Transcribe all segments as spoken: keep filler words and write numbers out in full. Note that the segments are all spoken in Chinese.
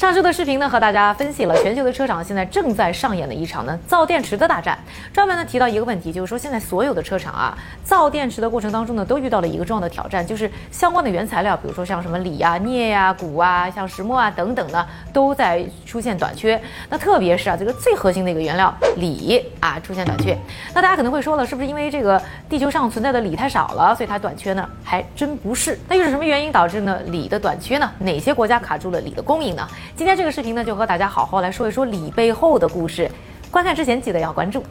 上周的视频呢，和大家分析了全球的车厂现在正在上演的一场呢造电池的大战。专门呢提到一个问题，就是说现在所有的车厂啊，造电池的过程当中呢，都遇到了一个重要的挑战，就是相关的原材料，比如说像什么锂啊、镍呀、钴啊、像石墨啊等等呢，都在出现短缺。那特别是啊，这个最核心的一个原料锂啊出现短缺。那大家可能会说了，是不是因为这个地球上存在的锂太少了，所以它短缺呢？还真不是。那又是什么原因导致呢锂的短缺呢？哪些国家卡住了锂的供应呢？今天这个视频呢，就和大家好好来说一说锂背后的故事。观看之前记得要关注。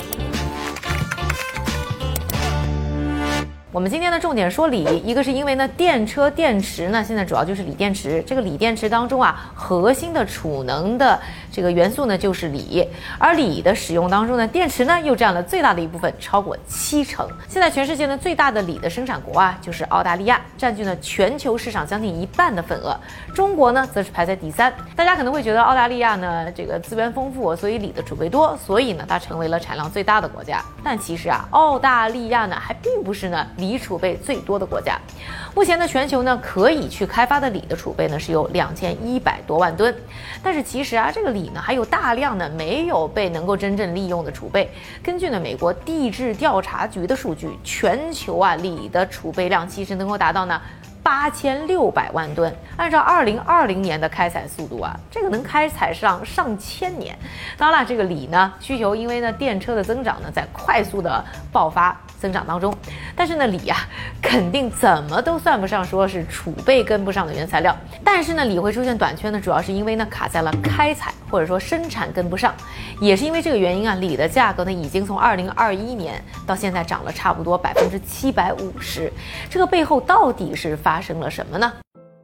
我们今天的重点说锂，一个是因为呢，电车电池呢，现在主要就是锂电池。这个锂电池当中啊，核心的储能的这个元素呢，就是锂。而锂的使用当中呢，电池呢又占了最大的一部分，超过七成。现在全世界呢最大的锂的生产国啊，就是澳大利亚，占据了全球市场将近一半的份额。中国呢，则是排在第三。大家可能会觉得澳大利亚呢，这个资源丰富，所以锂的储备多，所以呢，它成为了产量最大的国家。但其实啊，澳大利亚呢，还并不是呢。锂储备最多的国家，目前呢，全球呢可以去开发的锂的储备呢是有两千一百多万吨，但是其实啊，这个锂呢还有大量呢没有被能够真正利用的储备。根据呢美国地质调查局的数据，全球啊锂的储备量其实能够达到呢八千六百万吨，按照二零二零年的开采速度啊，这个能开采上上千年。当然了，这个锂呢需求因为呢电车的增长呢在快速的爆发增长当中，但是呢锂啊肯定怎么都算不上说是储备跟不上的原材料。但是呢锂会出现短缺呢，主要是因为呢卡在了开采或者说生产跟不上，也是因为这个原因啊，锂的价格呢已经从二零二一年到现在涨了差不多百分之七百五十。这个背后到底是发生了什么呢？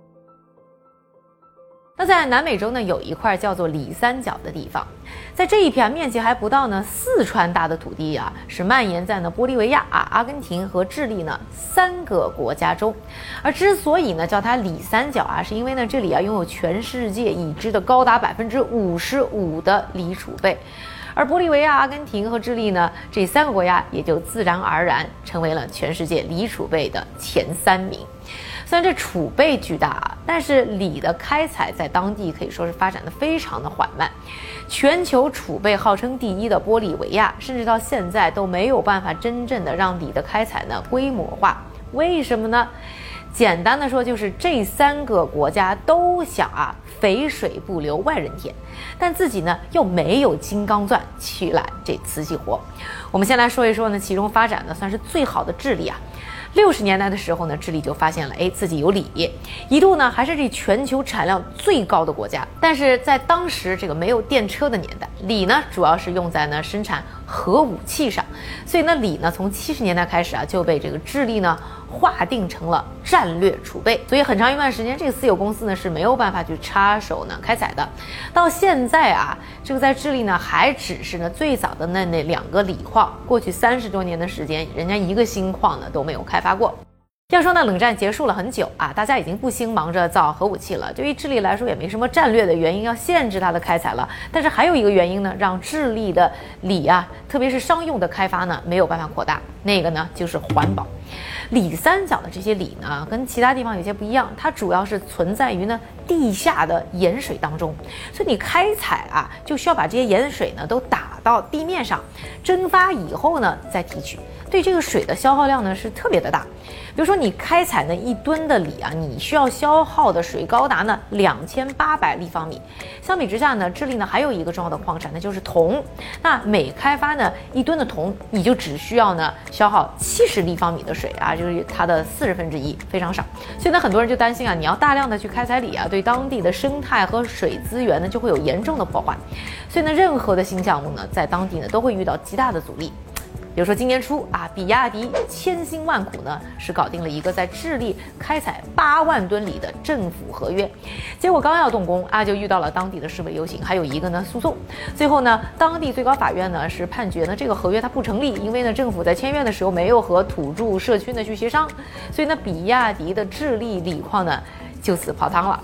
那在南美洲呢，有一块叫做里三角的地方，在这一片面积还不到呢四川大的土地啊，是蔓延在呢玻利维亚啊、阿根廷和智利呢三个国家中。而之所以呢叫它里三角啊，是因为呢这里啊拥有全世界已知的高达百分之五十五的锂储备。而玻利维亚、阿根廷和智利呢，这三个国家也就自然而然成为了全世界锂储备的前三名。虽然这储备巨大啊，但是锂的开采在当地可以说是发展的非常的缓慢。全球储备号称第一的玻利维亚，甚至到现在都没有办法真正的让锂的开采呢规模化。为什么呢？简单的说，就是这三个国家都想啊肥水不流外人田，但自己呢又没有金刚钻去揽这瓷器活。我们先来说一说呢，其中发展的算是最好的智利啊。六十年代的时候呢，智利就发现了，哎，自己有锂，一度呢还是这全球产量最高的国家。但是在当时这个没有电车的年代，锂呢主要是用在呢生产核武器上，所以呢锂呢从七十年代开始啊就被这个智利呢划定成了战略储备，所以很长一段时间这个私有公司呢是没有办法去插手呢开采的。到现在啊，这个在智利呢还只是呢最早的那那两个锂矿，过去三十多年的时间，人家一个新矿呢都没有开发过。要说呢，冷战结束了很久啊，大家已经不兴忙着造核武器了，对于智利来说也没什么战略的原因要限制它的开采了。但是还有一个原因呢，让智利的锂啊，特别是商用的开发呢没有办法扩大，那个呢就是环保。里三角的这些锂呢，跟其他地方有些不一样，它主要是存在于呢地下的盐水当中，所以你开采啊，就需要把这些盐水呢都打到地面上，蒸发以后呢再提取，对这个水的消耗量呢是特别的大。比如说你开采呢一吨的锂啊，你需要消耗的水高达呢两千八百立方米。相比之下呢，智利呢还有一个重要的矿产，那就是铜。那每开发呢一吨的铜，你就只需要呢消耗七十立方米的水啊，就是它的四十分之一，非常少。所以呢，很多人就担心啊，你要大量的去开采锂啊，对当地的生态和水资源呢就会有严重的破坏。所以呢，任何的新项目呢，在当地呢都会遇到极大的阻力。比如说今年初啊，比亚迪千辛万苦呢是搞定了一个在智利开采八万吨锂的政府合约，结果刚要动工啊，就遇到了当地的示威游行，还有一个呢诉讼。最后呢，当地最高法院呢是判决呢这个合约它不成立，因为呢政府在签约的时候没有和土著社区呢去协商，所以呢比亚迪的智利锂矿呢就此泡汤了。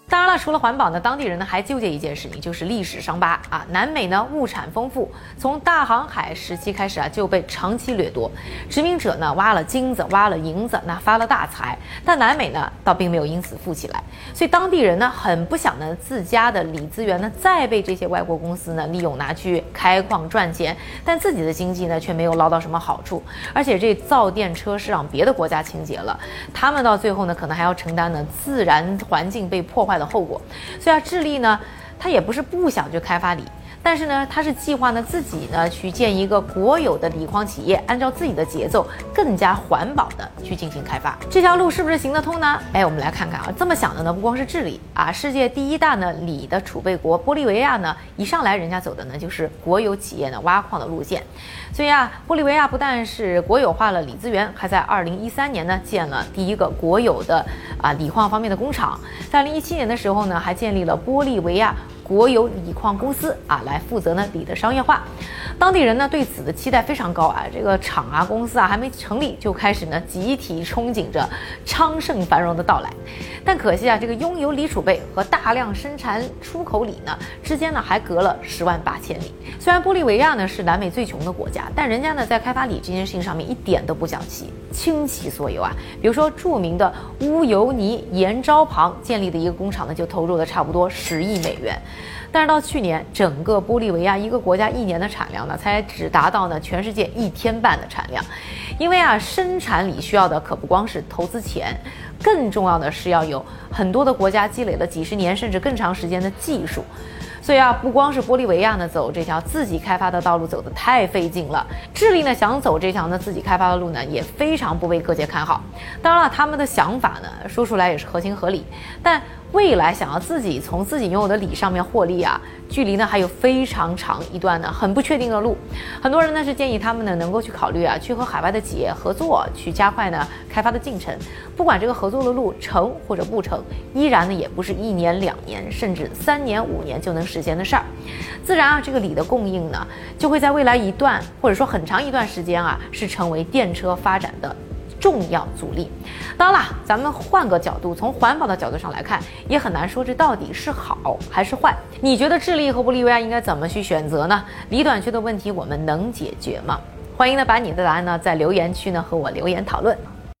当然了，除了环保呢，当地人呢还纠结一件事情，就是历史伤疤啊。南美呢物产丰富，从大航海时期开始啊就被长期掠夺，殖民者呢挖了金子，挖了银子，那发了大财，但南美呢倒并没有因此富起来，所以当地人呢很不想呢自家的锂资源呢再被这些外国公司呢利用拿去开矿赚钱，但自己的经济呢却没有捞到什么好处，而且这造电车是让别的国家倾斜了，他们到最后呢可能还要承担呢自然环境被破坏的后果。所以啊，智利呢，它也不是不想去开发锂，但是呢，它是计划呢自己呢去建一个国有的锂矿企业，按照自己的节奏，更加环保的去进行开发。这条路是不是行得通呢？哎，我们来看看啊，这么想的呢，不光是智利啊，世界第一大呢锂的储备国玻利维亚呢，一上来人家走的呢就是国有企业呢挖矿的路线。所以啊，玻利维亚不但是国有化了锂资源，还在二零一三年呢建了第一个国有的啊锂矿方面的工厂。在二零一七年的时候呢，还建立了玻利维亚国有锂矿公司啊，来负责呢锂的商业化。当地人呢对此的期待非常高啊，这个厂啊公司啊还没成立就开始呢集体憧憬着昌盛繁荣的到来。但可惜啊，这个拥有锂储备和大量生产出口锂呢之间呢还隔了十万八千里。虽然玻利维亚呢是南美最穷的国家，但人家呢在开发锂这件事情上面一点都不小气，倾其所有啊。比如说著名的乌尤尼盐沼旁建立的一个工厂呢，就投入了差不多十亿美元。但是到去年，整个玻利维亚一个国家一年的产量呢，才只达到呢全世界一天半的产量。因为啊，生产锂需要的可不光是投资钱，更重要的是要有很多的国家积累了几十年甚至更长时间的技术。所以啊，不光是玻利维亚呢走这条自己开发的道路走得太费劲了，智利呢想走这条呢自己开发的路呢也非常不被各界看好。当然了，他们的想法呢说出来也是合情合理，但未来想要自己从自己拥有的锂上面获利啊，距离呢还有非常长一段呢很不确定的路。很多人呢是建议他们呢能够去考虑啊，去和海外的企业合作，去加快呢开发的进程。不管这个合作的路成或者不成，依然呢也不是一年两年甚至三年五年就能实现的事儿。自然啊，这个锂的供应呢就会在未来一段或者说很长一段时间啊，是成为电车发展的重要阻力。当然啦，咱们换个角度，从环保的角度上来看，也很难说这到底是好还是坏。你觉得智利和玻利维亚应该怎么去选择呢？锂短缺的问题我们能解决吗？欢迎呢把你的答案呢在留言区呢和我留言讨论。